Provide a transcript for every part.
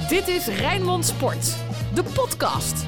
Dit is Rijnmond Sport, de podcast.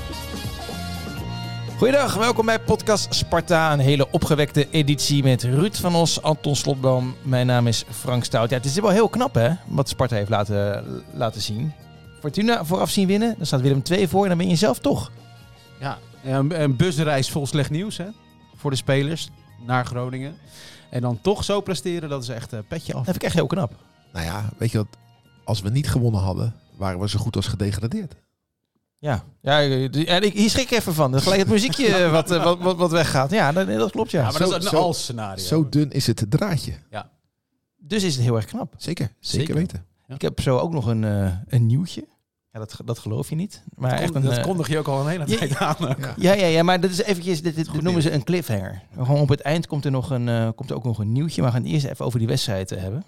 Goeiedag, welkom bij podcast Sparta. Een hele opgewekte editie met Ruud van Os, Anton Slotboom. Mijn naam is Frank Stout. Ja, het is wel heel knap hè, wat Sparta heeft laten zien. Fortuna vooraf zien winnen, dan staat Willem II voor en dan ben je zelf toch. Ja, een busreis vol slecht nieuws hè, voor de spelers naar Groningen. En dan toch zo presteren, dat is echt petje af. Dat vind ik echt heel knap. Nou ja, weet je wat? Als we niet gewonnen hadden, waren we zo goed als gedegradeerd. Ja, hier schrik ik even van. Dan gelijk het muziekje wat weggaat. Ja, dat klopt ja. Ja, maar dat is een als scenario. Zo dun is het draadje. Ja. Dus is het heel erg knap. Zeker Zeker. weten. Ja. Ik heb zo ook nog een nieuwtje. Ja, dat geloof je niet. Maar Dat kondig je ook al een hele tijd aan. Ja, maar dat is eventjes, dit noemen ze een cliffhanger. Gewoon op het eind komt er ook nog een nieuwtje. Maar we gaan het eerst even over die wedstrijd hebben.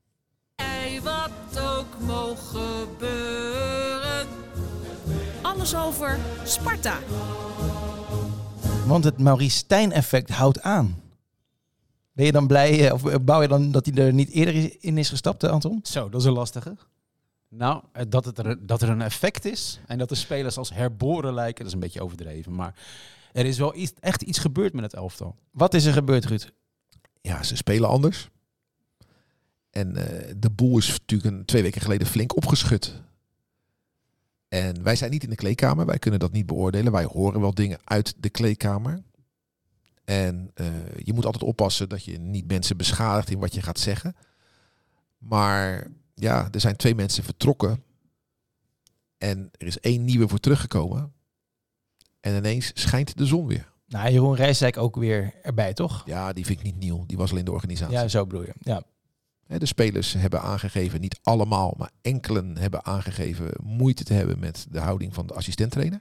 Wat ook mogen gebeuren. Alles over Sparta. Want het Maurice Stijn-effect houdt aan. Ben je dan blij, of bouw je dan dat hij er niet eerder in is gestapt, Anton? Zo, dat is een lastige. Nou, dat er een effect is en dat de spelers als herboren lijken, dat is een beetje overdreven. Maar er is wel echt iets gebeurd met het elftal. Wat is er gebeurd, Ruud? Ja, ze spelen anders. En de boel is natuurlijk 2 weken geleden flink opgeschud. En wij zijn niet in de kleedkamer. Wij kunnen dat niet beoordelen. Wij horen wel dingen uit de kleedkamer. En je moet altijd oppassen dat je niet mensen beschadigt in wat je gaat zeggen. Maar ja, er zijn 2 mensen vertrokken. En er is 1 nieuwe voor teruggekomen. En ineens schijnt de zon weer. Nou, Jeroen Rijsdijk ook weer erbij, toch? Ja, die vind ik niet nieuw. Die was al in de organisatie. Ja, zo bedoel je. Ja. De spelers hebben aangegeven, niet allemaal, maar enkelen hebben aangegeven moeite te hebben met de houding van de assistent-trainer.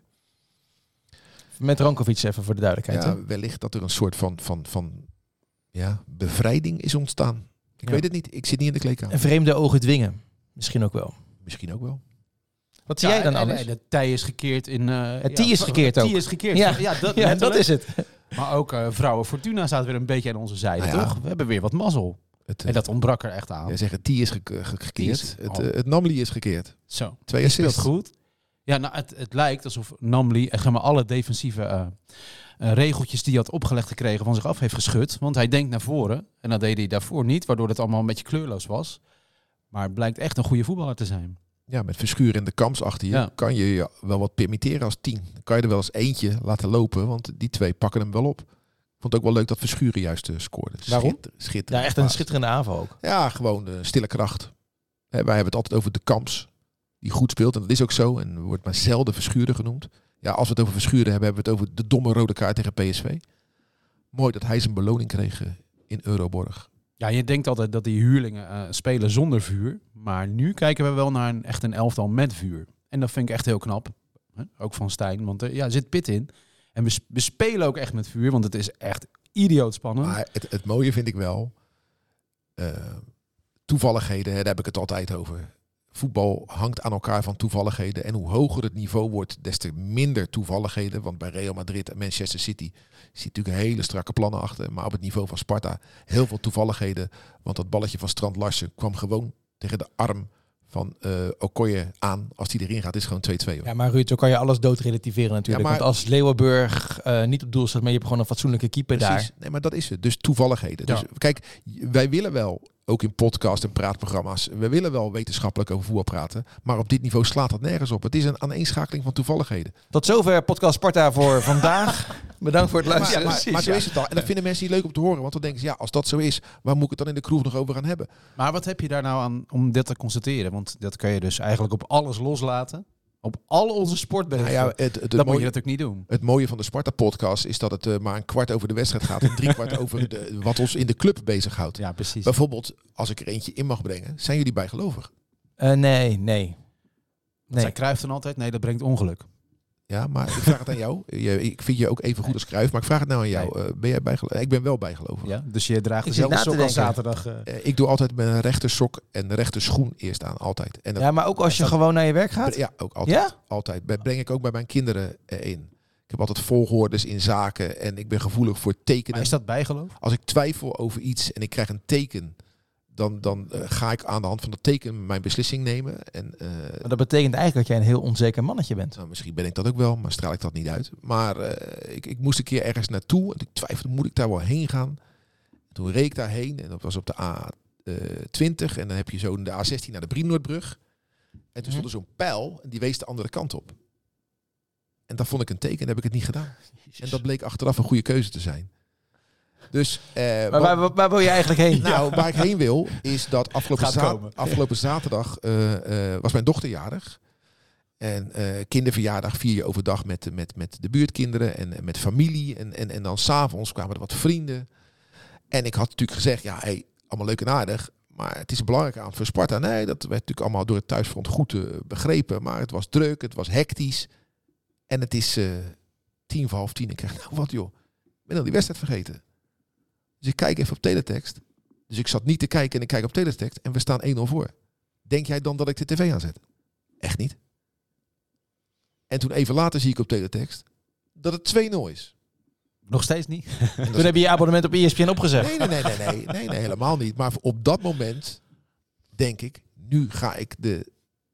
Met Rankovic even voor de duidelijkheid. Ja, wellicht dat er een soort van bevrijding is ontstaan. Ik weet het niet. Ik zit niet in de kleedkamer. En vreemde ogen dwingen. Misschien ook wel. Misschien ook wel. Wat zie jij dan anders? Nee, de tij is gekeerd in... Het tij is gekeerd ook. Het is gekeerd. Ja, dat is het. Maar ook Vrouwen Fortuna staat weer een beetje aan onze zijde, Nou ja. toch? We hebben weer wat mazzel. En dat ontbrak er echt aan. Jij zegt, die is gekeerd. Is- Het Namli is gekeerd. Zo. 2 Die speelt assists. goed. Ja, nou, het lijkt alsof Namli alle defensieve regeltjes die hij had opgelegd gekregen van zich af heeft geschud. Want hij denkt naar voren. En dat deed hij daarvoor niet, waardoor het allemaal een beetje kleurloos was. Maar het blijkt echt een goede voetballer te zijn. Ja, met Verschuur en de Kamps achter je kan je je wel wat permitteren als 10. Dan kan je er wel eens eentje laten lopen, want die 2 pakken hem wel op. Ik vond het ook wel leuk dat Verschuren juist scoorde. Waarom? Schitterend. Ja, echt een schitterende aanval ook. Ja, gewoon stille kracht. Wij hebben het altijd over de Kamps, die goed speelt. En dat is ook zo. En wordt maar zelden Verschuren genoemd. Ja, als we het over Verschuren hebben, hebben we het over de domme rode kaart tegen PSV. Mooi dat hij zijn beloning kreeg in Euroborg. Ja, je denkt altijd dat die huurlingen spelen zonder vuur. Maar nu kijken we wel naar echt een elftal met vuur. En dat vind ik echt heel knap. Ook van Stijn, want er zit pit in. En we spelen ook echt met vuur, want het is echt idioot spannend. Maar het mooie vind ik wel, toevalligheden, daar heb ik het altijd over. Voetbal hangt aan elkaar van toevalligheden. En hoe hoger het niveau wordt, des te minder toevalligheden. Want bij Real Madrid en Manchester City zit natuurlijk hele strakke plannen achter. Maar op het niveau van Sparta heel veel toevalligheden. Want dat balletje van Strand Larsen kwam gewoon tegen de arm van Okoye aan. Als die erin gaat, is het gewoon 2-2. Hoor. Ja, maar Ruud, zo kan je alles doodrelativeren natuurlijk. Ja, maar- Want als Leeuwenburg niet op doel staat, maar je hebt gewoon een fatsoenlijke keeper Precies. daar. Nee, maar dat is het. Dus toevalligheden. Ja. Dus kijk, wij willen wel, ook in podcast en praatprogramma's, we willen wel wetenschappelijk over voetbal praten. Maar op dit niveau slaat dat nergens op. Het is een aaneenschakeling van toevalligheden. Tot zover podcast Sparta voor vandaag. Bedankt voor het luisteren. Maar zo is het al. En dat vinden mensen niet leuk om te horen. Want dan denken ze, ja, als dat zo is, waar moet ik het dan in de kroeg nog over gaan hebben? Maar wat heb je daar nou aan om dit te constateren? Want dat kan je dus eigenlijk op alles loslaten. Op al onze sportberichten. Nou ja, dat moet je natuurlijk niet doen. Het mooie van de Sparta-podcast is dat het maar een kwart over de wedstrijd gaat. En 3/4 over wat ons in de club bezighoudt. Ja, precies. Bijvoorbeeld, als ik er eentje in mag brengen, zijn jullie bijgelovig? Nee. Zij Cruijff dan altijd? Nee, dat brengt ongeluk. Ja, maar ik vraag het aan jou. Ik vind je ook even goed als Cruijff, maar ik vraag het nou aan jou. Ben jij bijgelovig? Ik ben wel bijgelovig. Ja? Dus je draagt Ik zit dezelfde na te sok als denken. zaterdag. Ik doe altijd mijn rechter sok en de rechter schoen eerst aan. Altijd. En dat, Ja, maar ook als je gewoon naar je werk gaat? ja, ook altijd. Ja? Altijd. Breng ik ook bij mijn kinderen in. Ik heb altijd volgordes in zaken en ik ben gevoelig voor tekenen. Maar is dat bijgeloof? Als ik twijfel over iets en ik krijg een teken, dan ga ik aan de hand van dat teken mijn beslissing nemen. En, Maar dat betekent eigenlijk dat jij een heel onzeker mannetje bent. nou, misschien ben ik dat ook wel, maar straal ik dat niet uit. Maar ik moest een keer ergens naartoe en ik twijfelde, moet ik daar wel heen gaan? Toen reed ik daarheen en dat was op de A20 en dan heb je zo de A16 naar de Brienoordbrug. En toen stond er zo'n pijl en die wees de andere kant op. En dat vond ik een teken en heb ik het niet gedaan. En dat bleek achteraf een goede keuze te zijn. Dus, Maar waar wil je eigenlijk heen? nou, waar ik heen wil, is dat afgelopen zaterdag was mijn dochter jarig. En kinderverjaardag vier je overdag met de buurtkinderen en met familie. En dan s'avonds kwamen er wat vrienden. En ik had natuurlijk gezegd, ja, hey, allemaal leuk en aardig. Maar het is een belangrijke avond voor Sparta. Nee, dat werd natuurlijk allemaal door het thuisfront goed begrepen. Maar het was druk, het was hectisch. En het is 10:30. Ik krijg, nou wat joh, ik ben al die wedstrijd vergeten. Dus ik kijk even op teletext. Dus ik zat niet te kijken en ik kijk op teletext. En we staan 1-0 voor. Denk jij dan dat ik de tv aanzet? Echt niet. En toen even later zie ik op teletext dat het 2-0 is. Nog steeds niet. Toen heb je je abonnement op ESPN opgezegd. Nee, helemaal niet. Maar op dat moment denk ik, nu ga ik de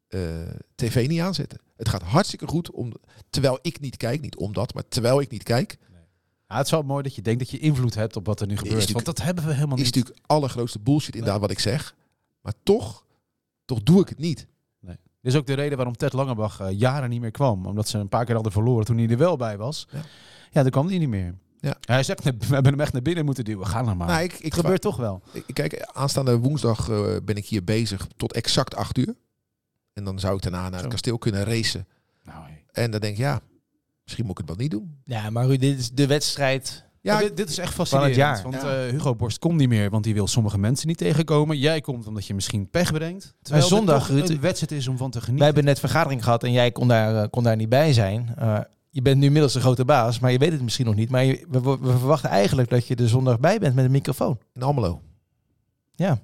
tv niet aanzetten. Het gaat hartstikke goed, terwijl ik niet kijk. Niet omdat, maar terwijl ik niet kijk. Ja, het is wel mooi dat je denkt dat je invloed hebt op wat er nu gebeurt. Want dat hebben we helemaal Is niet. natuurlijk allergrootste bullshit inderdaad wat ik zeg. Maar toch doe ik het niet. Nee. Dit is ook de reden waarom Ted Langebach jaren niet meer kwam. Omdat ze een paar keer hadden verloren toen hij er wel bij was. Ja, dan kwam hij niet meer. Ja. Hij zegt, we hebben hem echt naar binnen moeten duwen. Ga nou maar. Nou, Het gebeurt toch wel. Kijk, aanstaande woensdag ben ik hier bezig tot exact 8:00. En dan zou ik daarna naar het kasteel kunnen racen. Nou, hey. En dan denk ik, ja, misschien moet ik het wel niet doen. Ja, maar Ruud, dit is de wedstrijd. Ja, Dit is echt fascinerend. van het jaar. Want Hugo Borst komt niet meer, want die wil sommige mensen niet tegenkomen. Jij komt omdat je misschien pech brengt. Terwijl zondag, het toch Ruud, een wedstrijd is om van te Wij genieten. hebben net vergadering gehad en jij kon daar niet bij zijn. Je bent nu inmiddels de grote baas, maar je weet het misschien nog niet. Maar we verwachten eigenlijk dat je er zondag bij bent met een microfoon. in Almelo. Ja.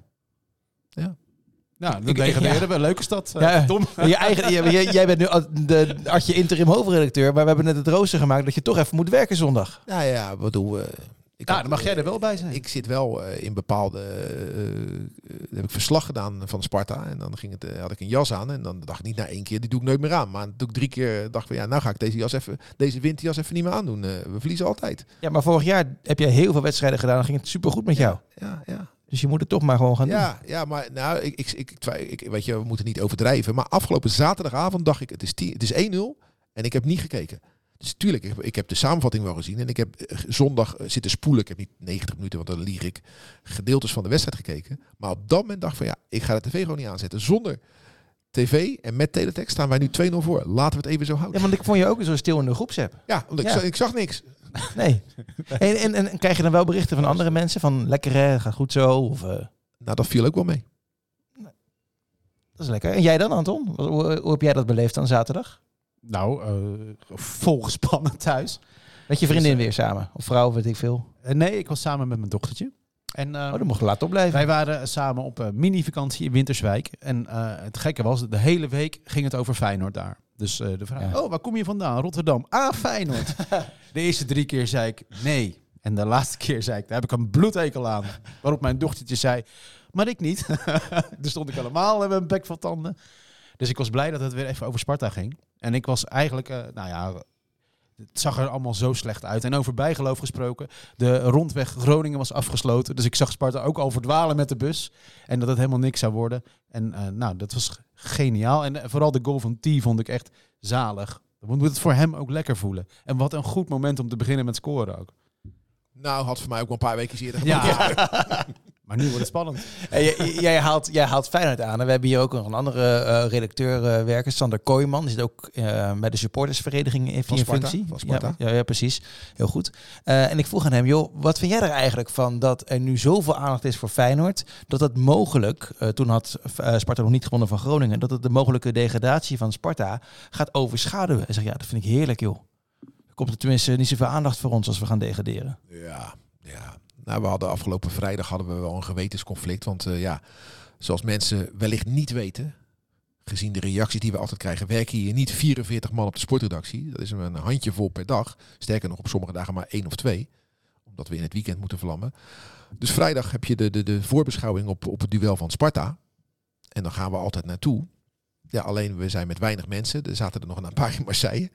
Nou, dan degraderen we. Een leuke stad. Tom. Jij bent nu als je interim hoofdredacteur, maar we hebben net het rooster gemaakt dat je toch even moet werken zondag. Nou ja, wat doen we? Dan mag jij er wel bij zijn. Ik zit wel in bepaalde... heb ik verslag gedaan van Sparta. En dan had ik een jas aan. En dan dacht ik niet, één keer, die doe ik nooit meer aan. Maar toen ik 3 keer dacht van, nou ga ik deze winterjas even niet meer aandoen. We verliezen altijd. Ja, maar vorig jaar heb jij heel veel wedstrijden gedaan. Dan ging het supergoed met jou. Ja. Dus je moet het toch maar gewoon gaan doen. Ja, maar nou, ik weet je, we moeten niet overdrijven. Maar afgelopen zaterdagavond dacht ik, het is 1-0 en ik heb niet gekeken. Dus tuurlijk, ik heb de samenvatting wel gezien. En ik heb zondag zitten spoelen. Ik heb niet 90 minuten, want dan lieg ik, gedeeltes van de wedstrijd gekeken. Maar op dat moment dacht ik van ik ga de tv gewoon niet aanzetten. Zonder tv en met teletext staan wij nu 2-0 voor. Laten we het even zo houden. Ja, want ik vond je ook zo stil in de groepsapp. Ja, want ik zag niks. Nee. En krijg je dan wel berichten van andere mensen? Van lekker hè, gaat goed zo? Of, Nou, dat viel ook wel mee. Dat is lekker. En jij dan, Anton? Hoe heb jij dat beleefd dan zaterdag? Nou, volgespannen thuis. Met je vriendin weer samen? Of vrouw, weet ik veel? Nee, ik was samen met mijn dochtertje. En, Dat mocht laat opblijven. Wij waren samen op mini-vakantie in Winterswijk. En het gekke was, de hele week ging het over Feyenoord daar. Dus de vraag, waar kom je vandaan? Rotterdam. Ah, Feyenoord. De eerste 3 keer zei ik nee. En de laatste keer zei ik, daar heb ik een bloedekel aan. Waarop mijn dochtertje zei, maar ik niet. Toen stond ik helemaal met een bek van tanden. Dus ik was blij dat het weer even over Sparta ging. En ik was eigenlijk, het zag er allemaal zo slecht uit. En over bijgeloof gesproken, de rondweg Groningen was afgesloten. Dus ik zag Sparta ook al verdwalen met de bus. En dat het helemaal niks zou worden. En dat was geniaal. En vooral de goal van T vond ik echt zalig. Dan moet het voor hem ook lekker voelen. En wat een goed moment om te beginnen met scoren ook. Nou, had voor mij ook wel een paar weken eerder gemaakt. Ja. Maar nu wordt het spannend. Jij haalt Feyenoord aan. En we hebben hier ook nog een andere redacteur werken. Sander Kooijman. Die zit ook bij de supportersvereniging in functie. Van Sparta. Ja, precies. Heel goed. En ik vroeg aan hem, joh, wat vind jij er eigenlijk van dat er nu zoveel aandacht is voor Feyenoord? Dat het mogelijk, toen had Sparta nog niet gewonnen van Groningen, dat het de mogelijke degradatie van Sparta gaat overschaduwen. Hij zegt, ja, dat vind ik heerlijk, joh. Er komt er tenminste niet zoveel aandacht voor ons als we gaan degraderen. Ja. Nou, we hadden afgelopen vrijdag wel een gewetensconflict. Want zoals mensen wellicht niet weten, gezien de reacties die we altijd krijgen, werken hier niet 44 man op de sportredactie. Dat is een handjevol per dag. Sterker nog, op sommige dagen maar 1 of 2. Omdat we in het weekend moeten vlammen. Dus vrijdag heb je de voorbeschouwing op het duel van Sparta. En dan gaan we altijd naartoe. Ja, alleen we zijn met weinig mensen. Er zaten er nog een paar in Marseille.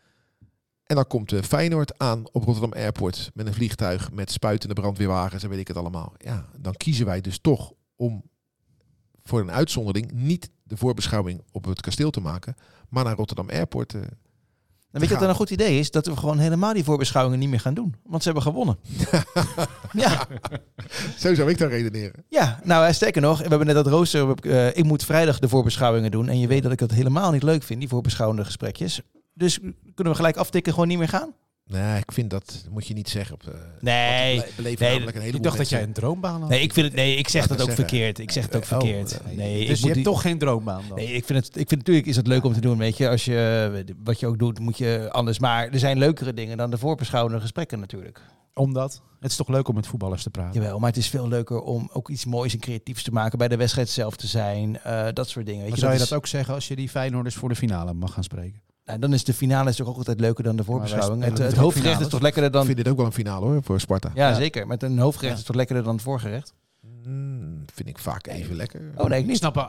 En dan komt Feyenoord aan op Rotterdam Airport met een vliegtuig met spuitende brandweerwagens en weet ik het allemaal. Ja, dan kiezen wij dus toch om voor een uitzondering niet de voorbeschouwing op het kasteel te maken, maar naar Rotterdam Airport. Dan weet je wat dan een goed idee is? Dat we gewoon helemaal die voorbeschouwingen niet meer gaan doen. Want ze hebben gewonnen. Ja. Zo zou ik dan redeneren. Ja, nou sterker nog, we hebben net dat rooster. Ik moet vrijdag de voorbeschouwingen doen. En je weet dat ik dat helemaal niet leuk vind, die voorbeschouwende gesprekjes. Dus kunnen we gelijk aftikken, gewoon niet meer gaan? Nee, ik vind dat moet je niet zeggen. Nee. Namelijk een Ik dacht dat jij een droombaan had. Nee, ik zeg dat ook verkeerd. Ik zeg het ook verkeerd. Nee, dus je hebt toch geen droombaan dan? Nee, ik vind natuurlijk is het leuk om te doen, weet je. Als je wat je ook doet, moet je anders. Maar er zijn leukere dingen dan de voorbeschouwende gesprekken natuurlijk. Omdat? Het is toch leuk om met voetballers te praten? Jawel, maar het is veel leuker om ook iets moois en creatiefs te maken, bij de wedstrijd zelf te zijn, dat soort dingen. Weet maar je, zou je dat ook zeggen als je die Feyenoorders voor de finale mag gaan spreken? Nou, dan is de finale toch ook altijd leuker dan de voorbeschouwing. Maar Het hoofdgerecht is toch lekkerder dan... Ik vind dit ook wel een finale hoor, voor Sparta. Ja, zeker. Met een hoofdgerecht is toch lekkerder dan het voorgerecht? Vind ik vaak even lekker. Oh nee, ik Ik niet. snap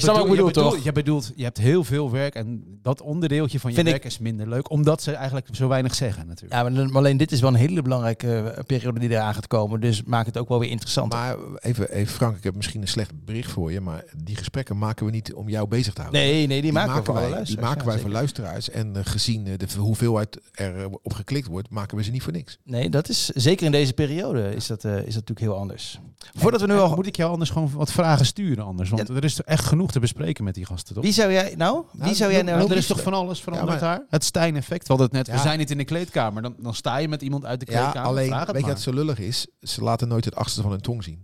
je bedoelt, je hebt heel veel werk en dat onderdeeltje van je werk is minder leuk, omdat ze eigenlijk zo weinig zeggen natuurlijk. Ja, maar alleen dit is wel een hele belangrijke periode die eraan gaat komen. Dus maakt het ook wel weer interessant. Maar even Frank, ik heb misschien een slecht bericht voor je, maar die gesprekken maken we niet om jou bezig te houden. Nee, die maken we voor alle wij. luisteraars. Die maken wij voor zeker. luisteraars. En gezien de hoeveelheid erop geklikt wordt, maken we ze niet voor niks. Nee, dat is zeker in deze periode is dat natuurlijk heel anders. Voordat we nu al... Moet ik jou anders gewoon wat vragen sturen anders? Want er is echt genoeg te bespreken met die gasten, toch? Wie zou jij nou? Er is toch van alles veranderd daar? Het Stijn-effect. We hadden het net. We zijn niet in de kleedkamer. Dan sta je met iemand uit de kleedkamer. Ja, alleen, Vraag het weet je maar. wat zo lullig is? Ze laten nooit het achterste van hun tong zien.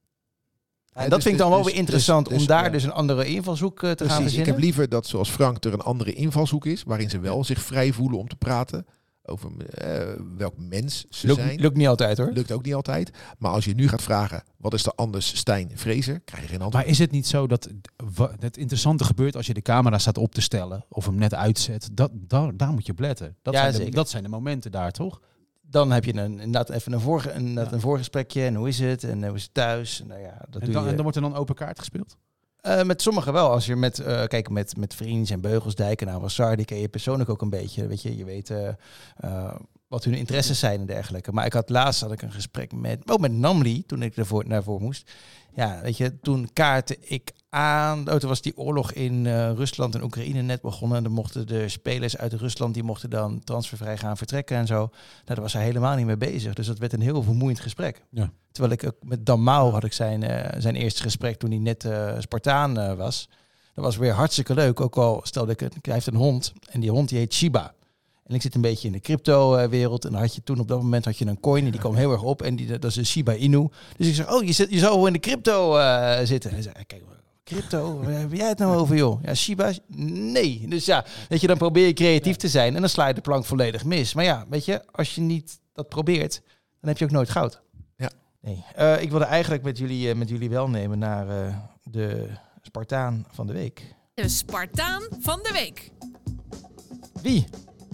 En dat vind ik dan wel weer interessant om daar ja. dus een andere invalshoek te gaan Precies, verzinnen. ik heb liever dat zoals Frank er een andere invalshoek is, waarin ze wel zich vrij voelen om te praten over welk mens ze zijn. Lukt niet altijd hoor. Lukt ook niet altijd. Maar als je nu gaat vragen, wat is er anders Stijn Vrezer, krijg je geen antwoord. Maar is het niet zo dat het interessante gebeurt als je de camera staat op te stellen of hem net uitzet? Daar moet je op letten. Dat zijn de momenten daar, toch? Dan heb je inderdaad even een voorgesprekje. En hoe is het? En hoe is het thuis? En, nou ja, En dan wordt er dan open kaart gespeeld? Met sommigen wel. Als je met Vriends en Beugelsdijk en Awassar, die ken je persoonlijk ook een beetje. Weet je weet wat hun interesses zijn en dergelijke. Maar laatst had ik een gesprek met Namli, toen ik daarvoor moest. Ja, weet je, toen kaartte ik aan. Toen was die oorlog in Rusland en Oekraïne net begonnen. En dan mochten de spelers uit Rusland, die mochten dan transfervrij gaan vertrekken en zo. Nou, daar was hij helemaal niet mee bezig. Dus dat werd een heel vermoeiend gesprek. Ja. Terwijl ik met Dan Mouw had ik zijn eerste gesprek toen hij net Spartaan was. Dat was weer hartstikke leuk. Ook al stelde hij heeft een hond. En die hond die heet Shiba. En ik zit een beetje in de crypto-wereld. En dan had je toen op dat moment een coin. En die kwam heel erg op. En dat is een Shiba Inu. Dus ik zeg, je zou wel in de crypto zitten. En hij zei, kijk, crypto, waar heb jij het nou over, joh? Ja, Shiba? Nee. Dus ja, weet je, dan probeer je creatief te zijn. En dan sla je de plank volledig mis. Maar ja, weet je, als je niet dat probeert, dan heb je ook nooit goud. Ja. Nee. Ik wilde eigenlijk met jullie wel nemen naar de Spartaan van de week. De Spartaan van de week. Wie?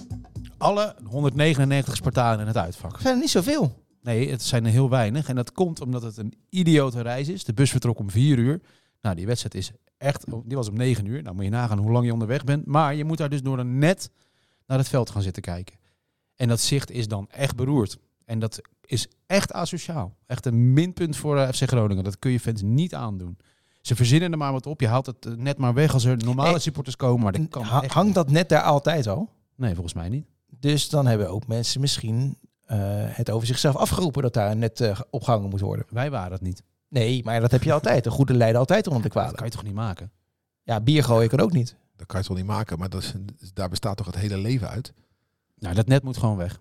Alle 199 Spartanen in het uitvak. Zijn er niet zoveel? Nee, het zijn er heel weinig. En dat komt omdat het een idiote reis is. De bus vertrok om 4 uur. Nou, die wedstrijd is echt... Die was om 9 uur. Nou moet je nagaan hoe lang je onderweg bent. Maar je moet daar dus door een net naar het veld gaan zitten kijken. En dat zicht is dan echt beroerd. En dat is echt asociaal. Echt een minpunt voor FC Groningen. Dat kun je fans niet aandoen. Ze verzinnen er maar wat op. Je haalt het net maar weg als er normale supporters komen. Maar dat kan hangt dat net daar altijd al? Nee, volgens mij niet. Dus dan hebben ook mensen misschien het over zichzelf afgeroepen dat daar net opgehangen moet worden. Wij waren het niet. Nee, maar dat heb je altijd. Een goede leider altijd onder de kwade. Dat kan je toch niet maken? Ja, bier gooien kan ook niet. Dat kan je toch niet maken, maar daar bestaat toch het hele leven uit? Nou, dat net moet gewoon weg.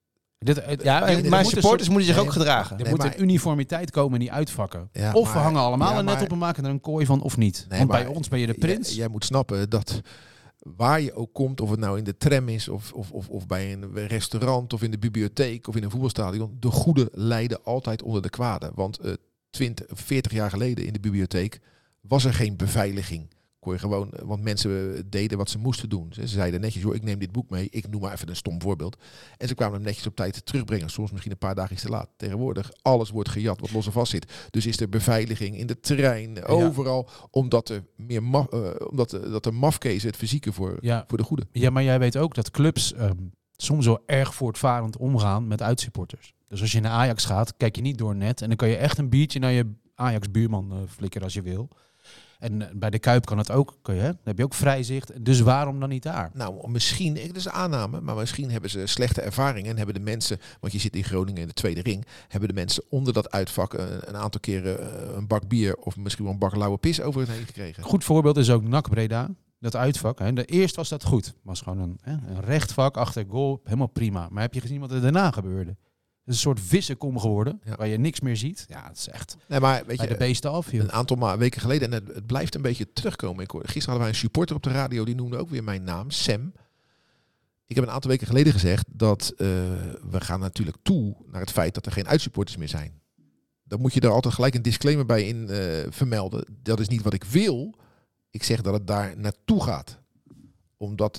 Maar supporters moeten zich ook gedragen. Er moet een uniformiteit komen in die uitvakken. Ja, of we hangen allemaal een net op en maken er een kooi van, of niet. Nee, want bij ons ben je de prins. Jij moet snappen dat waar je ook komt, of het nou in de tram is, of bij een restaurant, of in de bibliotheek, of in een voetbalstadion, de goede lijden altijd onder de kwade. Want 40 jaar geleden in de bibliotheek was er geen beveiliging. kon je gewoon, want mensen deden wat ze moesten doen. Ze zeiden netjes, joh, ik neem dit boek mee. Ik noem maar even een stom voorbeeld. En ze kwamen hem netjes op tijd terugbrengen. Soms misschien een paar dagen te laat. Tegenwoordig, alles wordt gejat wat los en vast zit. Dus is er beveiliging in de trein, overal. Omdat er meer dat er mafkezen het fysieke voor de goede. Ja, maar jij weet ook dat clubs soms wel erg voortvarend omgaan met uitsupporters. Dus als je naar Ajax gaat, kijk je niet door net. En dan kan je echt een biertje naar je Ajax-buurman flikkeren als je wil. En bij de Kuip kan het ook. Dan heb je ook vrij zicht. Dus waarom dan niet daar? Nou, misschien, het is een aanname, maar misschien hebben ze slechte ervaringen. En hebben de mensen, want je zit in Groningen in de tweede ring, hebben de mensen onder dat uitvak een aantal keren een bak bier of misschien wel een bak lauwe pis over hun heen gekregen. Goed voorbeeld is ook NAC Breda. Dat uitvak. Hè. De eerste was dat goed. Was gewoon een recht vak achter goal. Helemaal prima. Maar heb je gezien wat er daarna gebeurde? Het is een soort vissenkom geworden, waar je niks meer ziet. Ja, het is echt maar weet je, de beesten af. Joh. Een aantal weken geleden, en het blijft een beetje terugkomen. Gisteren hadden wij een supporter op de radio, die noemde ook weer mijn naam, Sam. Ik heb een aantal weken geleden gezegd dat we gaan natuurlijk toe naar het feit dat er geen uitsupporters meer zijn. Dan moet je daar altijd gelijk een disclaimer bij in vermelden. Dat is niet wat ik wil. Ik zeg dat het daar naartoe gaat. Omdat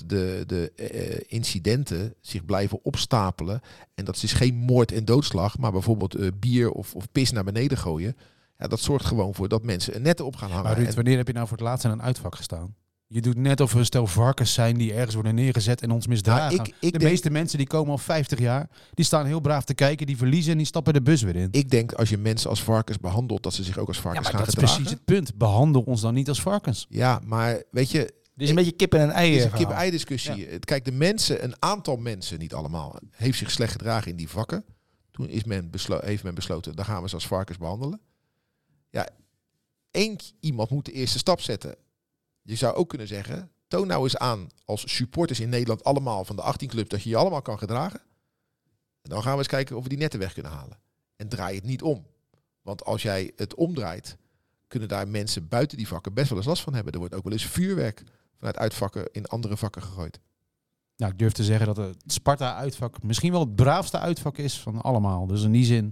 de incidenten zich blijven opstapelen. En dat is geen moord en doodslag. Maar bijvoorbeeld bier of pis naar beneden gooien. Ja, dat zorgt gewoon voor dat mensen een netten op gaan hangen. Maar Ruud, wanneer heb je nou voor het laatst in een uitvak gestaan? Je doet net of we een stel varkens zijn die ergens worden neergezet en ons misdragen. De meeste mensen die komen al 50 jaar. Die staan heel braaf te kijken. Die verliezen en die stappen de bus weer in. Ik denk als je mensen als varkens behandelt, dat ze zich ook als varkens gaan gedragen. Dat is precies het punt. Behandel ons dan niet als varkens. Ja, maar weet je... Dit is een beetje kip en ei. Het is een kip-ei discussie. Ja. Kijk, een aantal mensen, niet allemaal, heeft zich slecht gedragen in die vakken. Toen heeft men besloten, dan gaan we ze als varkens behandelen. Ja, iemand moet de eerste stap zetten. Je zou ook kunnen zeggen, toon nou eens aan als supporters in Nederland allemaal van de 18 clubs dat je je allemaal kan gedragen. En dan gaan we eens kijken of we die netten weg kunnen halen. En draai het niet om. Want als jij het omdraait, kunnen daar mensen buiten die vakken best wel eens last van hebben. Er wordt ook wel eens vuurwerk vanuit uitvakken in andere vakken gegooid. Nou, ik durf te zeggen dat het Sparta-uitvak misschien wel het braafste uitvak is van allemaal. Dus in die zin,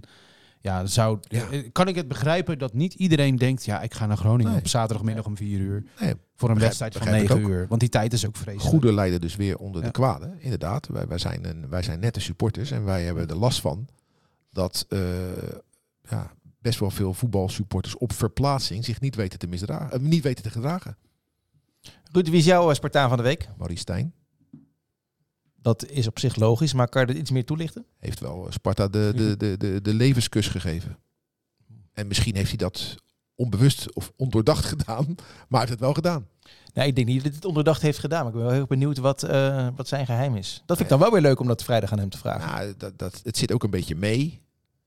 kan ik het begrijpen dat niet iedereen denkt, ja, ik ga naar Groningen op zaterdagmiddag om 4 uur voor een wedstrijd van 9 uur. Want die tijd is ook vreselijk. Goede leiden dus weer onder de kwade. Inderdaad, wij zijn nette supporters en wij hebben er last van dat best wel veel voetbalsupporters op verplaatsing zich niet weten te gedragen. Ruud, wie is jouw Spartaan van de week? Maurice Stijn. Dat is op zich logisch, maar kan je er iets meer toelichten? Heeft wel Sparta de levenskus gegeven. En misschien heeft hij dat onbewust of ondoordacht gedaan, maar hij heeft het wel gedaan. Nee, ik denk niet dat hij het ondoordacht heeft gedaan, maar ik ben wel heel benieuwd wat zijn geheim is. Dat vind ik dan wel weer leuk om dat vrijdag aan hem te vragen. Nou, het zit ook een beetje mee.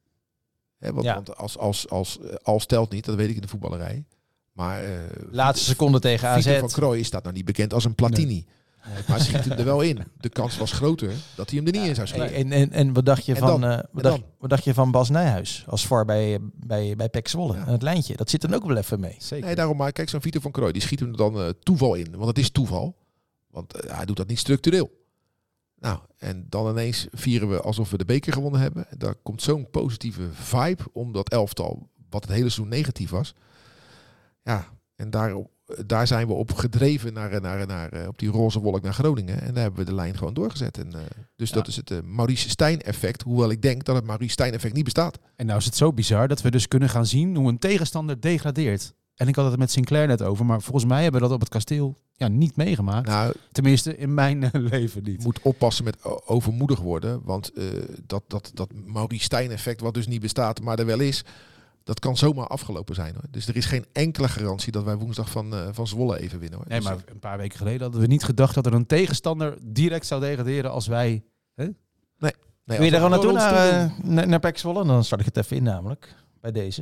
Want als telt niet, dat weet ik in de voetballerij. Maar laatste seconde tegen AZ. Vito van Krooi staat nou niet bekend als een Platini. Nee. Maar schiet hem er wel in. De kans was groter dat hij hem er niet in zou schieten. En wat dacht je wat dacht je van Bas Nijhuis als VAR bij PEC Zwolle? Ja. Het lijntje, dat zit dan ook wel even mee. Zeker. Nee, daarom maar kijk, zo'n Vito van Krooi, die schiet hem er dan toeval in. Want het is toeval. Want hij doet dat niet structureel. Nou, en dan ineens vieren we alsof we de beker gewonnen hebben. Daar komt zo'n positieve vibe om dat elftal, wat het hele seizoen negatief was. Ja, en daar zijn we op gedreven naar op die roze wolk naar Groningen. En daar hebben we de lijn gewoon doorgezet. En, dat is het Maurice Stijn effect. Hoewel ik denk dat het Maurice Stijn effect niet bestaat. En nou is het zo bizar dat we dus kunnen gaan zien hoe een tegenstander degradeert. En ik had het met Sinclair net over. Maar volgens mij hebben we dat op het kasteel niet meegemaakt. Nou, tenminste in mijn leven niet. Je moet oppassen met overmoedig worden. Want dat Maurice Stijn effect wat dus niet bestaat, maar er wel is. Dat kan zomaar afgelopen zijn, hoor. Dus er is geen enkele garantie dat wij woensdag van Zwolle even winnen, hoor. Nee, maar een paar weken geleden hadden we niet gedacht dat er een tegenstander direct zou degraderen als wij... Hè? Nee. Wil je daar gewoon naartoe naar PEC Zwolle? Dan start ik het even in namelijk, bij deze.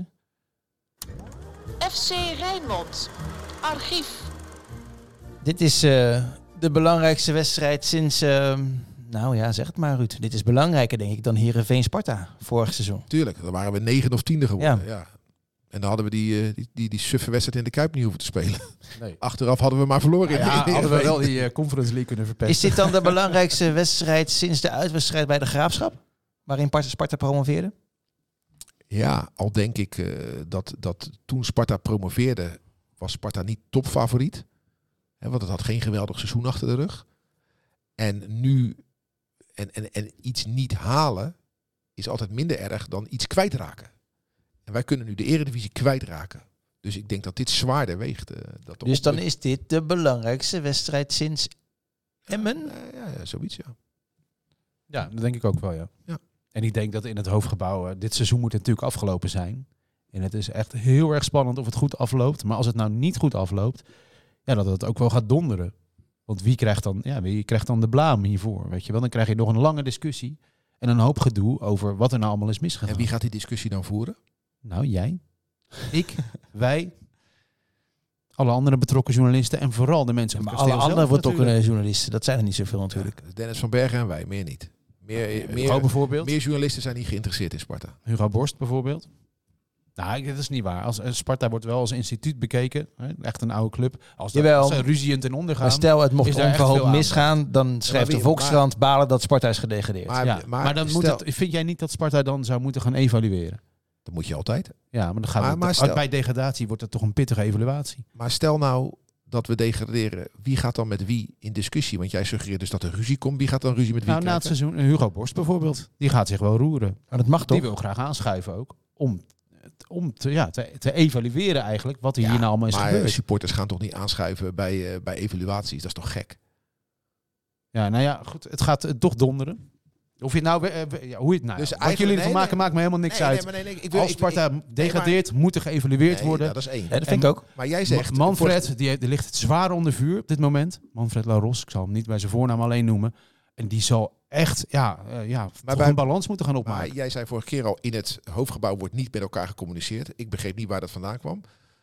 FC Rijnmond. Archief. Dit is de belangrijkste wedstrijd sinds... zeg het maar, Ruud. Dit is belangrijker, denk ik, dan Heerenveen Sparta vorig seizoen. Tuurlijk, dan waren we 9 of 10e geworden. Ja. En dan hadden we die suffe wedstrijd in de Kuip niet hoeven te spelen. Nee. Achteraf hadden we maar verloren. Hadden we wel die Conference League kunnen verpesten. Is dit dan de belangrijkste wedstrijd sinds de uitwedstrijd bij de Graafschap? Waarin Sparta promoveerde? Ja, al denk ik dat toen Sparta promoveerde, was Sparta niet topfavoriet. Want het had geen geweldig seizoen achter de rug. En nu, en iets niet halen is altijd minder erg dan iets kwijtraken. En wij kunnen nu de Eredivisie kwijtraken. Dus ik denk dat dit zwaarder weegt. Dus dan is dit de belangrijkste wedstrijd sinds Emmen? Ja, zoiets, ja. Ja, dat denk ik ook wel, ja. En ik denk dat in het hoofdgebouw, dit seizoen moet natuurlijk afgelopen zijn. En het is echt heel erg spannend of het goed afloopt. Maar als het nou niet goed afloopt, ja, dat het ook wel gaat donderen. Want wie krijgt dan de blaam hiervoor? Weet je wel? Dan krijg je nog een lange discussie en een hoop gedoe over wat er nou allemaal is misgegaan. En wie gaat die discussie dan voeren? Nou, jij, ik, wij, alle andere betrokken journalisten en vooral de mensen. Maar alle andere betrokken journalisten, dat zijn er niet zoveel natuurlijk. Ja, Dennis van Bergen en wij, meer niet. Meer journalisten zijn niet geïnteresseerd in Sparta. Hugo Borst bijvoorbeeld. Nou, dat is niet waar. Als Sparta wordt wel als instituut bekeken. Hè? Echt een oude club. Als er ruzie ten onder gaan. Maar stel, het mocht onverhoopt misgaan. Dan schrijft de Volkskrant balen dat Sparta is gedegradeerd. Maar dan vind jij niet dat Sparta dan zou moeten gaan evalueren? Dat moet je altijd. Ja, maar dan gaat bij degradatie wordt het toch een pittige evaluatie. Maar stel nou dat we degraderen. Wie gaat dan met wie in discussie? Want jij suggereert dus dat er ruzie komt. Wie gaat dan ruzie met wie? Nou, na het seizoen, Hugo Borst bijvoorbeeld. Die gaat zich wel roeren. Maar dat mag toch? Die wil graag aanschuiven ook. Om te evalueren eigenlijk wat hier nou allemaal is gebeurd. Maar supporters gaan toch niet aanschuiven bij evaluaties? Dat is toch gek? Ja, nou ja, goed. Het gaat toch donderen. Of je nou, hoe je het nou... Dus wat jullie ervan maken, maakt me helemaal niks uit. Als Sparta degradeert, moet er geëvalueerd worden. Ja, dat is één. Ja, dat vind ik ook. Maar jij zegt... Manfred, die ligt het zwaar onder vuur op dit moment. Manfred Laros, ik zal hem niet bij zijn voornaam alleen noemen. En die zal echt een balans moeten gaan opmaken. Maar jij zei vorige keer al, in het hoofdgebouw wordt niet met elkaar gecommuniceerd. Ik begreep niet waar dat vandaan kwam.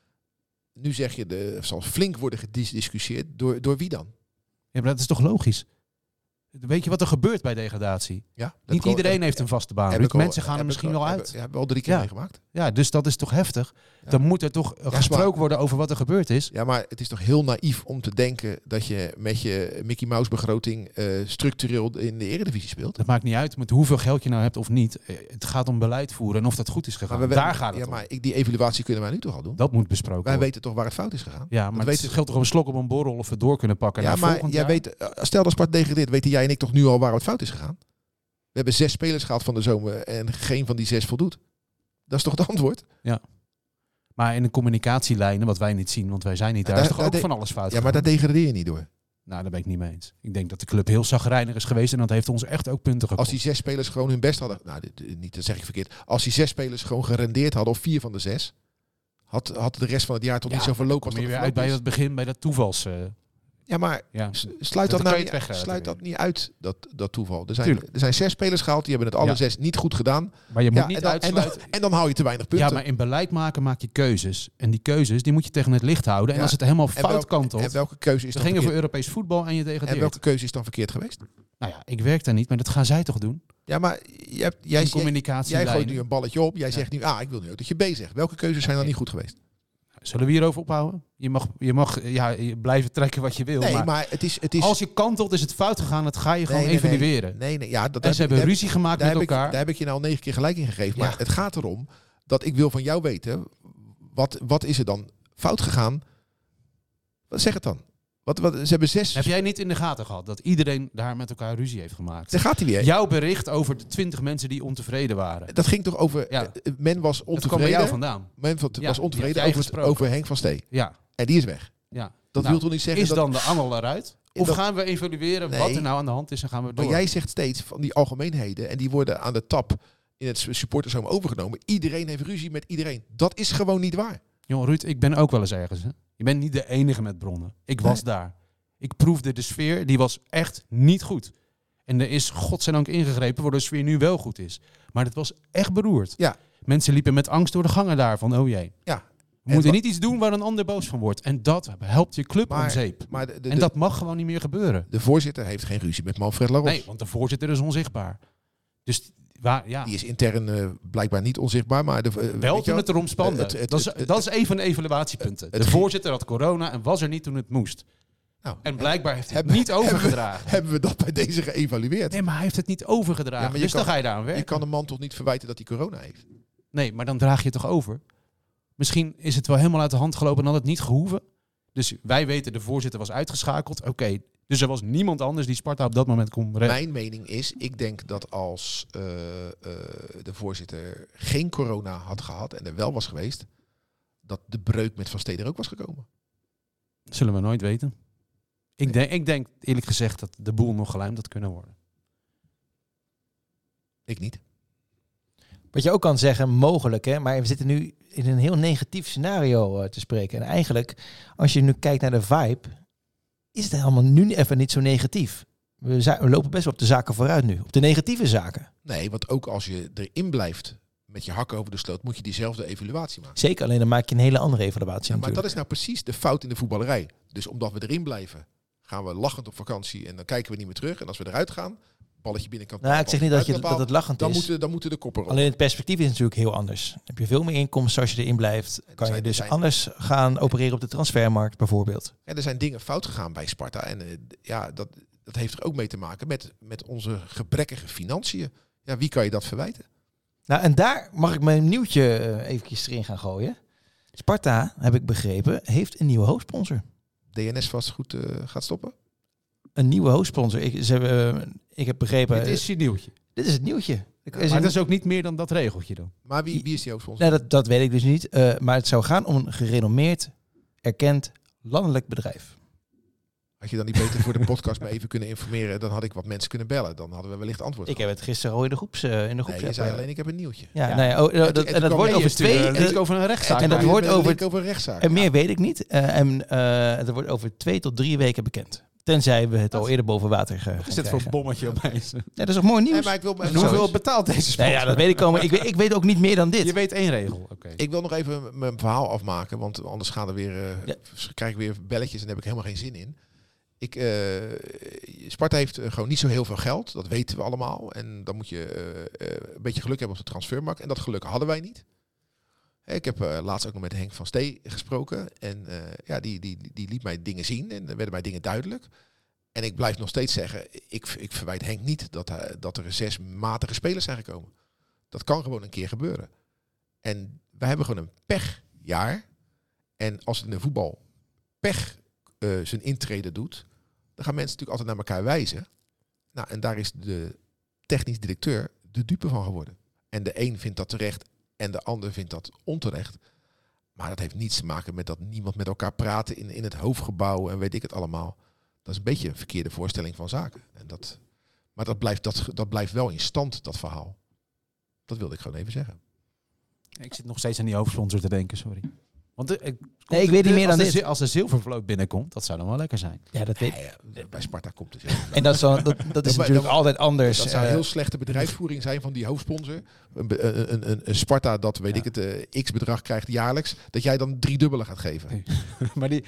Nu zeg je, er zal flink worden gediscussieerd. Door wie dan? Ja, maar dat is toch logisch? Weet je wat er gebeurt bij degradatie? Ja, niet iedereen heeft een vaste baan. Mensen gaan er misschien wel uit. Hebben we al 3 keer meegemaakt. Ja, dus dat is toch heftig? Ja. Dan moet er toch gesproken worden over wat er gebeurd is. Ja, maar het is toch heel naïef om te denken dat je met je Mickey Mouse begroting structureel in de Eredivisie speelt. Dat maakt niet uit met hoeveel geld je nou hebt of niet. Het gaat om beleid voeren en of dat goed is gegaan. Daar gaat het om. Maar die evaluatie kunnen wij nu toch al doen? Dat moet besproken worden. Wij weten toch waar het fout is gegaan? Ja, maar het geldt toch om een slok op een borrel of we door kunnen pakken. Ja, maar jij weet, stel dat Sparta degradeert, weten jij en ik toch nu al waar het fout is gegaan? We hebben 6 spelers gehad van de zomer en geen van die 6 voldoet. Dat is toch het antwoord? Ja. Maar in de communicatielijnen, wat wij niet zien, want wij zijn niet daar, is toch ook van alles fout gegaan? Maar daar degradeer je niet door. Nou, daar ben ik niet mee eens. Ik denk dat de club heel chagrijnig is geweest en dat heeft ons echt ook punten gekost. Als die 6 spelers gewoon hun best hadden... Nou, dat zeg ik verkeerd. Als die 6 spelers gewoon gerendeerd hadden, of 4 van de 6... had de rest van het jaar toch niet zoveel loop als dat weer uit bij het begin, bij dat toevals... Ja, maar sluit dat niet uit, dat toeval. Er zijn 6 spelers gehaald, die hebben het alle 6 niet goed gedaan. Maar je moet niet uitsluiten. En dan hou je te weinig punten. Ja, maar in beleid maken maak je keuzes. En die keuzes, die moet je tegen het licht houden. En als het helemaal fout kantelt... En welke keuze is dan gingen voor Europees voetbal en je degradeert. En welke keuze is dan verkeerd geweest? Nou ja, ik werk daar niet, maar dat gaan zij toch doen? Ja, maar jij gooit nu een balletje op. Jij zegt nu, ik wil nu ook dat je B zegt. Welke keuzes zijn dan niet goed geweest? Zullen we hierover ophouden? Je mag blijven trekken wat je wil. Nee, maar het is... Als je kantelt, is het fout gegaan. Dat ga je gewoon evalueren. Nee. Ja, en ze hebben ruzie gemaakt met elkaar. Daar heb ik je nou 9 keer gelijk in gegeven. Maar het gaat erom dat ik wil van jou weten... Wat is er dan fout gegaan? Zeg het dan. Ze hebben 6... Heb jij niet in de gaten gehad dat iedereen daar met elkaar ruzie heeft gemaakt? Daar gaat hij weer. Jouw bericht over de 20 mensen die ontevreden waren. Dat ging toch over... Ja. Men was ontevreden. Dat kwam bij jou vandaan. Men was ontevreden over Henk van Stee. Ja. En die is weg. Ja. Dat wil toch niet zeggen is dan de angel eruit? Of gaan we evalueren wat er nou aan de hand is en gaan we door? Maar jij zegt steeds van die algemeenheden... en die worden aan de tap in het supportershome overgenomen. Iedereen heeft ruzie met iedereen. Dat is gewoon niet waar. Jongen Ruud, ik ben ook wel eens ergens. Hè? Je bent niet de enige met bronnen. Ik was daar. Ik proefde de sfeer, die was echt niet goed. En er is godzijdank ingegrepen, waardoor de sfeer nu wel goed is. Maar het was echt beroerd. Ja. Mensen liepen met angst door de gangen daar van, oh jee. Ja. We moeten niet iets doen waar een ander boos van wordt. En dat helpt je club om zeep. Maar en dat mag gewoon niet meer gebeuren. De voorzitter heeft geen ruzie met Manfred Laros. Nee, want de voorzitter is onzichtbaar. Dus... Die is intern blijkbaar niet onzichtbaar. Maar wel toen het erom spande. Dat is een van de evaluatiepunten. De voorzitter had corona en was er niet toen het moest. Nou, en blijkbaar heeft hij het niet overgedragen. Hebben we dat bij deze geëvalueerd? Nee, maar hij heeft het niet overgedragen. Dus dan ga je daar aan werken. Je kan een man toch niet verwijten dat hij corona heeft? Nee, maar dan draag je het toch over? Misschien is het wel helemaal uit de hand gelopen en had het niet gehoeven. Dus wij weten, de voorzitter was uitgeschakeld. Oké, dus er was niemand anders die Sparta op dat moment kon redden. Mijn mening is, ik denk dat als de voorzitter geen corona had gehad en er wel was geweest, dat de breuk met Van Steder ook was gekomen. Zullen we nooit weten. Ik denk eerlijk gezegd dat de boel nog gelijmd had kunnen worden. Ik niet. Wat je ook kan zeggen, mogelijk, hè, maar we zitten nu in een heel negatief scenario te spreken. En eigenlijk, als je nu kijkt naar de vibe, is het helemaal nu even niet zo negatief. We lopen best wel op de zaken vooruit nu, op de negatieve zaken. Nee, want ook als je erin blijft met je hakken over de sloot, moet je diezelfde evaluatie maken. Zeker, alleen dan maak je een hele andere evaluatie Ja, maar natuurlijk. dat is nou precies de fout in de voetballerij. Dus omdat we erin blijven, gaan we lachend op vakantie en dan kijken we niet meer terug. En als we eruit gaan, balletje binnenkant. Nou, ik zeg niet dat het lachend is. Dan moeten de koppen op. Alleen het perspectief is natuurlijk heel anders. Dan heb je veel meer inkomsten als je erin blijft. Kan je dus anders gaan opereren op de transfermarkt bijvoorbeeld. Ja, er zijn dingen fout gegaan bij Sparta. En dat heeft er ook mee te maken met onze gebrekkige financiën. Ja, wie kan je dat verwijten? Nou, en daar mag ik mijn nieuwtje eventjes erin gaan gooien. Sparta, heb ik begrepen, heeft een nieuwe hoofdsponsor. DNS vastgoed gaat stoppen? Een nieuwe hoofdsponsor. Ik heb begrepen... Dit is je nieuwtje. Dit is het nieuwtje. Maar dat is ook niet meer dan dat regeltje dan. Maar wie is die hoofdsponsor? Nou, dat weet ik dus niet. Maar het zou gaan om een gerenommeerd, erkend landelijk bedrijf. Had je dan niet beter voor de podcast me even kunnen informeren? Dan had ik wat mensen kunnen bellen. Dan hadden we wellicht antwoord. Ik heb het gisteren al in de groep. Nee, je zei alleen ik heb een nieuwtje. Ja, Ja. Nou ja, en dat wordt over twee... over een rechtszaak. En dat Maar wordt je bent over... over een rechtszaak. En meer weet ik niet. Dat wordt over 2 tot 3 weken bekend. Tenzij we het al eerder boven water gaan Wat is dit voor krijgen. bommetje opeens? Ja, dat is toch mooi nieuws? Nee, maar ik wil, En hoeveel betaalt deze sponsor? Nou ja, dat weet ik al. Ik weet ook niet meer dan dit. Je weet één regel. Oké. Ik wil nog even mijn verhaal afmaken, want anders gaan er weer, krijg ik weer belletjes en daar heb ik helemaal geen zin in. Sparta heeft gewoon niet zo heel veel geld, dat weten we allemaal. En dan moet je een beetje geluk hebben op de transfermarkt. En dat geluk hadden wij niet. Ik heb laatst ook nog met Henk van Stee gesproken. En die liet mij dingen zien en er werden mij dingen duidelijk. En ik blijf nog steeds zeggen, ik verwijt Henk niet dat er 6 matige spelers zijn gekomen. Dat kan gewoon een keer gebeuren. En wij hebben gewoon een pechjaar. En als het in de voetbal pech zijn intrede doet, dan gaan mensen natuurlijk altijd naar elkaar wijzen. Nou, en daar is de technisch directeur de dupe van geworden. En de een vindt dat terecht en de ander vindt dat onterecht. Maar dat heeft niets te maken met dat niemand met elkaar praat in het hoofdgebouw en weet ik het allemaal. Dat is een beetje een verkeerde voorstelling van zaken. Maar dat blijft wel in stand, dat verhaal. Dat wilde ik gewoon even zeggen. Ik zit nog steeds aan die hoofdsponsor te denken, sorry. Want ik weet niet meer dan dit. Als de zilvervloot binnenkomt, dat zou dan wel lekker zijn. Ja, dat weet ik. Bij Sparta komt het. En dat is natuurlijk altijd anders. Dat zou heel slechte bedrijfsvoering zijn van die hoofdsponsor. Een Sparta dat, weet ik het, x bedrag krijgt jaarlijks. Dat jij dan 3-dubbele gaat geven. Maar over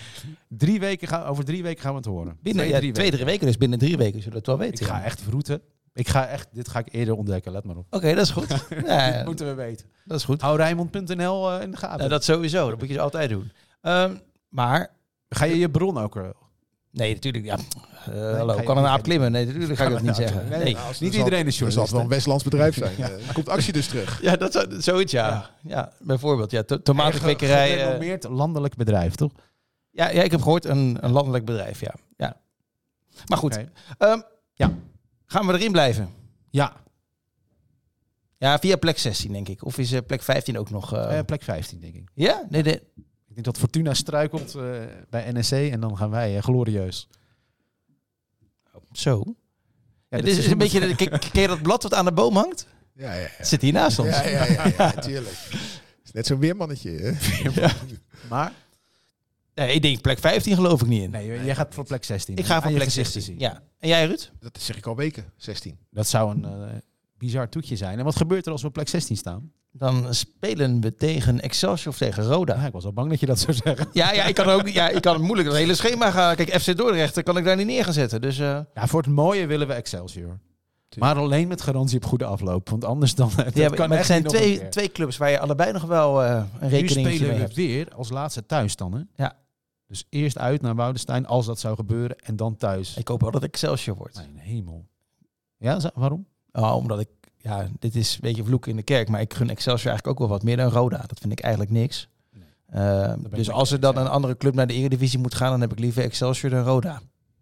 3 weken gaan we het horen. Binnen 2-3 weken, dus binnen 3 weken zullen we het wel weten. Ik ga echt verroeten. Dit ga ik eerder ontdekken, let maar op. Oké, dat is goed. Dit moeten we weten. Dat is goed. Hou Rijnmond.nl in de gaten. Nou, dat sowieso, dat moet je altijd doen. Maar... Ga je je bron ook... Nee, natuurlijk. Ja. ga je Kan een aap niet- klimmen? Nee, natuurlijk ga ik dat niet zeggen. Nee. Niet iedereen is Dat zal journalist. wel een Westlands bedrijf zijn. Er komt actie dus terug. Ja, dat zou zoiets, ja. Ja, bijvoorbeeld. Ja, tomatenkwekerij. Gerenommeerd landelijk bedrijf, toch? Ja, ik heb gehoord een landelijk bedrijf, ja. Maar goed. Oké. Gaan we erin blijven? Ja, Ja, via plek 16 denk ik. Of is plek 15 ook nog... plek 15 denk ik. Ja? Nee. Ik denk dat Fortuna struikelt bij NEC en dan gaan wij glorieus. Zo. Ja, Het is een beetje... Ken je dat blad wat aan de boom hangt? Ja. Het zit hier naast ons. Ja, natuurlijk. Het is net zo'n weermannetje. Hè? Maar? Nee, ik denk plek 15 geloof ik niet in. Nee, jij gaat voor plek 16. Ik ga Aan voor je plek gezicht te 16. zien. Ja. En jij, Ruud? Dat zeg ik al weken, 16. Dat zou een bizar toetje zijn. En wat gebeurt er als we op plek 16 staan? Dan spelen we tegen Excelsior of tegen Roda. Ja, ik was al bang dat je dat zou zeggen. Ja, ik kan moeilijk het hele schema gaan. Kijk, FC Dordrecht kan ik daar niet neer gaan zetten. Dus Ja, voor het mooie willen we Excelsior. Maar alleen met garantie op goede afloop. Want anders dan... ja, kan maar het echt zijn niet nog een keer. twee clubs waar je allebei nog wel een Nu rekening mee spelen we hebt. weer als laatste thuis dan, hè? Ja. Dus eerst uit naar Woudenstein, als dat zou gebeuren. En dan thuis. Ik hoop wel dat Excelsior wordt. Mijn hemel. Ja, waarom? Omdat ik... Ja, dit is een beetje vloek in de kerk. Maar ik gun Excelsior eigenlijk ook wel wat meer dan Roda. Dat vind ik eigenlijk niks. Nee. Dus als er dan een andere club naar de Eredivisie moet gaan, dan heb ik liever Excelsior dan Roda.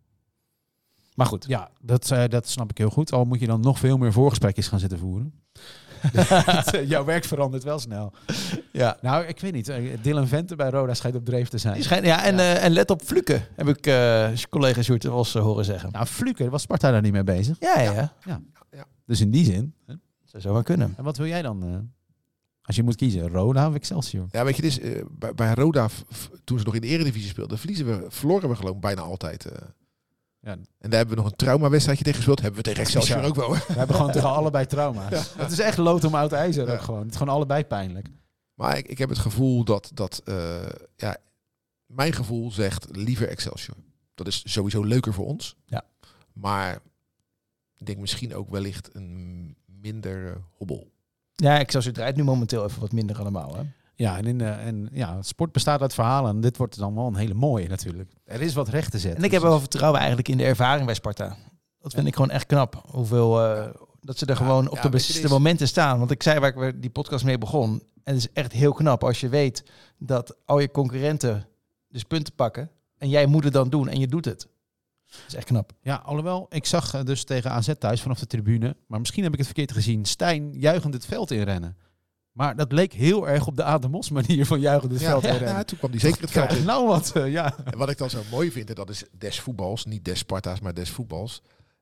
Maar goed. Ja, dat snap ik heel goed. Al moet je dan nog veel meer voorgesprekjes gaan zitten voeren. Jouw werk verandert wel snel. Ja. Nou, ik weet niet. Dylan Vente bij Roda schijnt op dreef te zijn. En let op Fluke, heb ik collega Sjoerd wel eens horen zeggen. Nou, Fluke, was Sparta daar niet mee bezig? Ja. Dus in die zin. Hè? Dat zou wel kunnen. En wat wil jij dan? Als je moet kiezen, Roda of Excelsior? Ja, weet je, dus, bij Roda, toen ze nog in de Eredivisie speelden, verloren we gewoon bijna altijd. Ja. En daar hebben we nog een traumawedstrijdje tegen gespeeld. Hebben we tegen Excelsior ook wel. We hebben gewoon tegen allebei trauma's. Ja. Het is echt lood om oud ijzer ook gewoon. Het is gewoon allebei pijnlijk. Maar ik heb het gevoel dat mijn gevoel zegt liever Excelsior. Dat is sowieso leuker voor ons. Ja. Maar ik denk misschien ook wellicht een minder hobbel. Ja, Excelsior draait nu momenteel even wat minder allemaal. Hè? Ja, het sport bestaat uit verhalen. En dit wordt dan wel een hele mooie natuurlijk. Er is wat recht te zetten. En ik heb wel vertrouwen eigenlijk in de ervaring bij Sparta. Dat vind ik gewoon echt knap. Hoeveel dat ze er gewoon op de besliste momenten staan. Want ik zei waar ik die podcast mee begon. En het is echt heel knap als je weet dat al je concurrenten dus punten pakken. En jij moet het dan doen en je doet het. Dat is echt knap. Ja, alhoewel, ik zag dus tegen AZ thuis vanaf de tribune. Maar misschien heb ik het verkeerd gezien. Stijn juichend het veld inrennen. Maar dat leek heel erg op de Adam Mos manier van juichend het veld inrennen. Ja, toen kwam die zeker het veld in. Nou wat, ja. En wat ik dan zo mooi vind, en dat is des voetbals. Niet des Sparta's, maar des voetbals.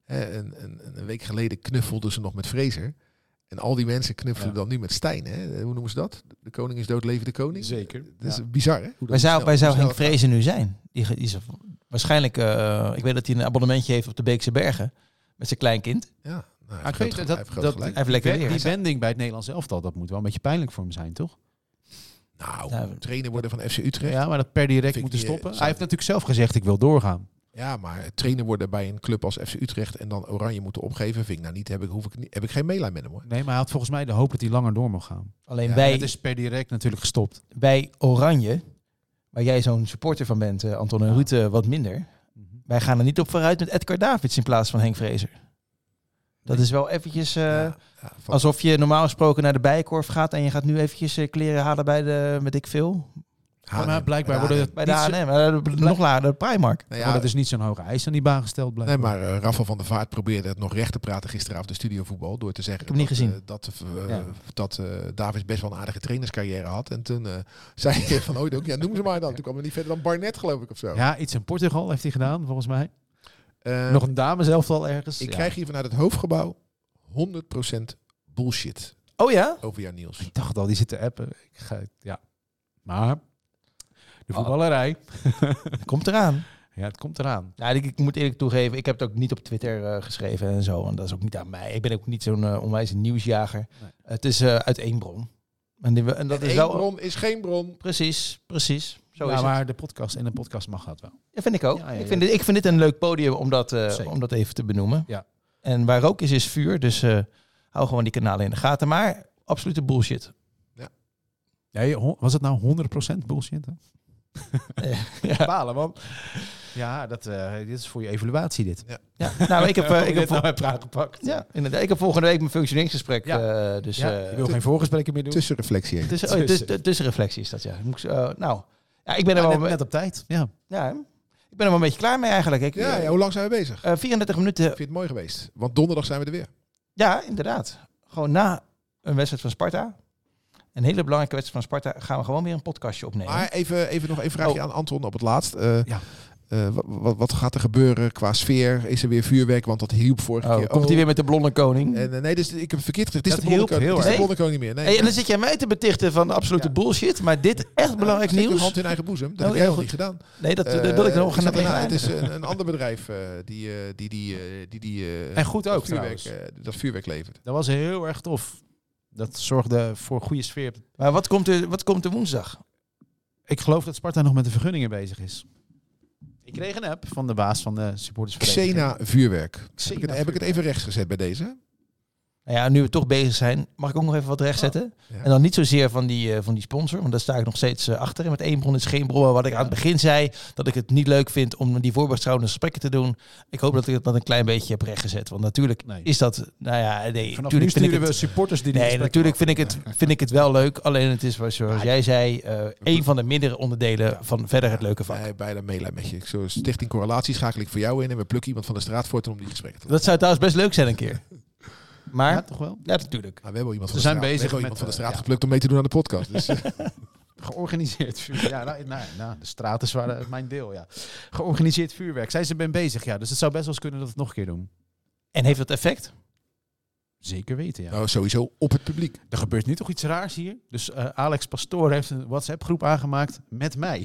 Een week geleden knuffelden ze nog met Fraser. En al die mensen knuffelen dan nu met Stijn. Hè? Hoe noemen ze dat? De koning is dood, leven de koning. Zeker. Dat is bizar, hè? Waar zou Henk Vrezen nu zijn? Die is waarschijnlijk, ik weet dat hij een abonnementje heeft op de Beekse Bergen. Met zijn kleinkind. Ja, nou, Maar ik weet hij hij heeft lekker weer. Die wending bij het Nederlands elftal, dat moet wel een beetje pijnlijk voor hem zijn, toch? Nou, trainer worden van FC Utrecht. Ja, maar dat per direct Vind ik moeten niet, stoppen. zou- Hij heeft natuurlijk zelf gezegd, ik wil doorgaan. Ja, maar trainer worden bij een club als FC Utrecht en dan Oranje moeten opgeven, vind ik nou niet. Heb ik geen meelijn met hem, hoor. Nee, maar hij had volgens mij de hoop dat hij langer door mag gaan. Alleen Ja, Het is per direct natuurlijk gestopt. bij Oranje, waar jij zo'n supporter van bent, Anton en Ruud, wat minder. Wij gaan er niet op vooruit met Edgar Davids in plaats van Henk Vrezer. Dat is wel eventjes alsof je normaal gesproken naar de Bijenkorf gaat en je gaat nu eventjes kleren halen bij de, weet ik veel, Maar blijkbaar worden het bij de H&M, nog lager, de Primark. Nou maar dat is niet zo'n hoge eis aan die baan gesteld. Nee, Blijkbaar. maar Rafael van der Vaart probeerde het nog recht te praten gisteravond de studiovoetbal door te zeggen Ik heb hem niet gezien. dat Davids best wel een aardige trainerscarrière had. En toen zei hij van ooit ook, noem ze maar dan. Toen kwam er niet verder dan Barnett, geloof ik, of zo. Ja, iets in Portugal heeft hij gedaan, volgens mij. Nog een dame zelf al ergens. Ik krijg hier vanuit het hoofdgebouw 100% bullshit Oh ja? over jou, Niels. Ik dacht al, die zit te appen. Maar de voetballerij. Komt eraan. Ja, het komt eraan. Ja, ik moet eerlijk toegeven, ik heb het ook niet op Twitter geschreven en zo. En dat is ook niet aan mij. Ik ben ook niet zo'n onwijs nieuwsjager. Nee. Het is uit één bron. En dat is Eén wel... bron is geen bron. Precies. Zo Ja, is maar het. de podcast mag dat wel. Ja, vind ik ook. Ja, Ik vind dit een leuk podium om dat even te benoemen. Ja. En waar rook is vuur. Dus hou gewoon die kanalen in de gaten. Maar absolute bullshit. Ja, was het nou 100% bullshit? Hè? Ja. Balen, man. Ja, dit is voor je evaluatie dit. Ja. Nou, ik heb aangepakt. ja, inderdaad. Ik heb volgende week mijn functioneringsgesprek. Ja. Dus Ik wil geen voorgesprekken meer doen. Tussenreflectie. tussenreflectie is dat, ja. Ik ben er wel net op tijd. Ja. Ja, ik ben er wel een beetje klaar mee eigenlijk. Hoe lang zijn we bezig? 34 minuten. Ik vind het mooi geweest. Want donderdag zijn we er weer. Ja, inderdaad. Gewoon na een wedstrijd van Sparta. Een hele belangrijke wedstrijd van Sparta. Gaan we gewoon weer een podcastje opnemen. Maar even nog een vraagje aan Anton op het laatst. Ja. Wat gaat er gebeuren qua sfeer? Is er weer vuurwerk? Want dat hielp vorige keer. Komt hij weer met de blonde koning? Nee, dus ik heb het verkeerd gezegd. Het is Dat de blonde hielp koning. heel Het is de erg. blonde koning niet meer. Nee, Hey, en dan zit jij mij te betichten van de absolute bullshit. Maar dit echt belangrijk Steek een nieuws. hand in eigen boezem. Dat Oh, heb ja, jij nog goed. niet gedaan. Nee, dat wil ik nog gaan Het is een ander bedrijf die En goed ook dat vuurwerk levert. Dat was heel erg tof. Dat zorgde voor goede sfeer. Maar wat komt er woensdag? Ik geloof dat Sparta nog met de vergunningen bezig is. Ik kreeg een app van de baas van de supportersvereniging. Xena vuurwerk. Xena Heb ik het even rechts gezet bij deze? Nou ja, nu we toch bezig zijn, mag ik ook nog even wat rechtzetten? Ja. En dan niet zozeer van die sponsor, want daar sta ik nog steeds achter. En met één bron is geen bron. Maar wat ik aan het begin zei, dat ik het niet leuk vind om die voorbeschouwende gesprekken te doen. Ik hoop dat ik het een klein beetje heb rechtgezet. Want natuurlijk is dat, Vanaf nu sturen we supporters die natuurlijk vind ik het wel leuk. Alleen het is zoals jij zei, een van de mindere onderdelen van verder het leuke vak. Nee, bijna meelijn met je. Zo Stichting Correlatie schakel ik voor jou in en we plukken iemand van de straat voort om die gesprekken te doen. Dat zou trouwens best leuk zijn een keer. Maar, ja, toch wel? Ja, natuurlijk. We hebben iemand Ze zijn bezig met iemand van de straat geplukt om mee te doen aan de podcast. Dus, georganiseerd vuurwerk. Ja, de straat is mijn deel, ja. Georganiseerd vuurwerk. Zijn ze bezig, ja. Dus het zou best wel eens kunnen dat we het nog een keer doen. En heeft dat effect? Zeker weten, ja. nou, sowieso op het publiek. Er gebeurt nu toch iets raars hier. Dus Alex Pastoor heeft een WhatsApp-groep aangemaakt met mij.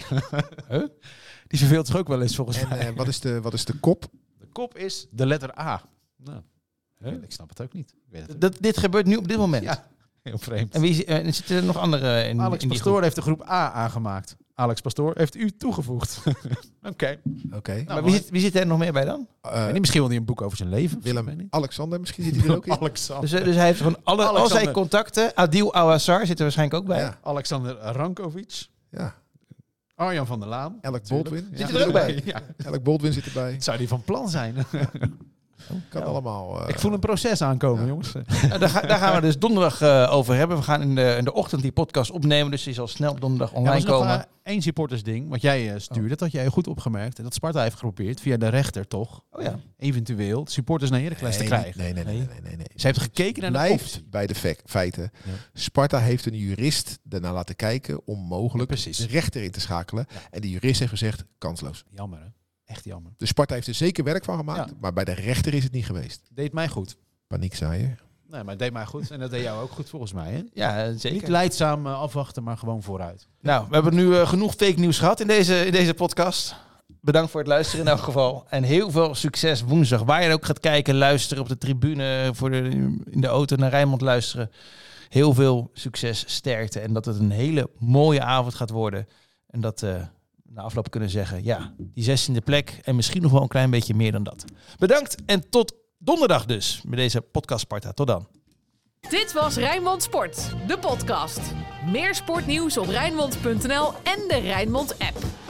Die verveelt zich ook wel eens volgens mij. En wat is de kop? De kop is de letter A. Nou, ik snap het ook niet. Ik weet het Dit gebeurt nu op dit moment? Ja, heel vreemd. En zitten er nog andere in? Alex in die Pastoor groep? heeft de groep A aangemaakt. Alex Pastoor heeft u toegevoegd. Oké. Oké. Maar wie zit er nog meer bij dan? Misschien wil hij een boek over zijn leven. Willem Alexander, misschien zit hij er ook in. Alexander. Dus hij heeft gewoon al zijn Alexander. contacten. Adil Awassar zit er waarschijnlijk ook bij. Ja. Alexander Rankovic. Ja. Arjan van der Laan. Elk Baldwin. Zit er ook bij? Ja. Elk Baldwin zit erbij. Zou die van plan zijn? Kan allemaal. Ik voel een proces aankomen, jongens. Nou, daar gaan we dus donderdag over hebben. We gaan in de ochtend die podcast opnemen. Dus die zal snel op donderdag Ja, online er is nog komen. één supportersding. Wat jij stuurde, dat had jij goed opgemerkt. En dat Sparta heeft geprobeerd, via de rechter toch, Oh ja. eventueel de supporters naar Heracles te krijgen. Nee. Ze heeft gekeken naar de optie. Blijft bij de feiten. Ja. Sparta heeft een jurist daarna laten kijken om mogelijk Ja, precies. de rechter in te schakelen. Ja. En die jurist heeft gezegd, kansloos. Jammer, hè? Echt jammer. Dus Sparta heeft er zeker werk van gemaakt, Ja. maar bij de rechter is het niet geweest. Deed mij goed. Paniekzaaier. Nee, maar het deed mij goed. En dat deed jou ook goed, volgens mij. Hè? Ja, Niet zeker. leidzaam afwachten, maar gewoon vooruit. Nou, we hebben nu genoeg fake nieuws gehad in deze podcast. Bedankt voor het luisteren in elk geval. En heel veel succes woensdag. Waar je ook gaat kijken, luisteren op de tribune, in de auto naar Rijnmond luisteren. Heel veel succes, sterkte. En dat het een hele mooie avond gaat worden. En dat na afloop kunnen zeggen, ja, die 16e plek en misschien nog wel een klein beetje meer dan dat. Bedankt en tot donderdag dus met deze podcast Sparta. Tot dan. Dit was Rijnmond Sport, de podcast. Meer sportnieuws op Rijnmond.nl en de Rijnmond app.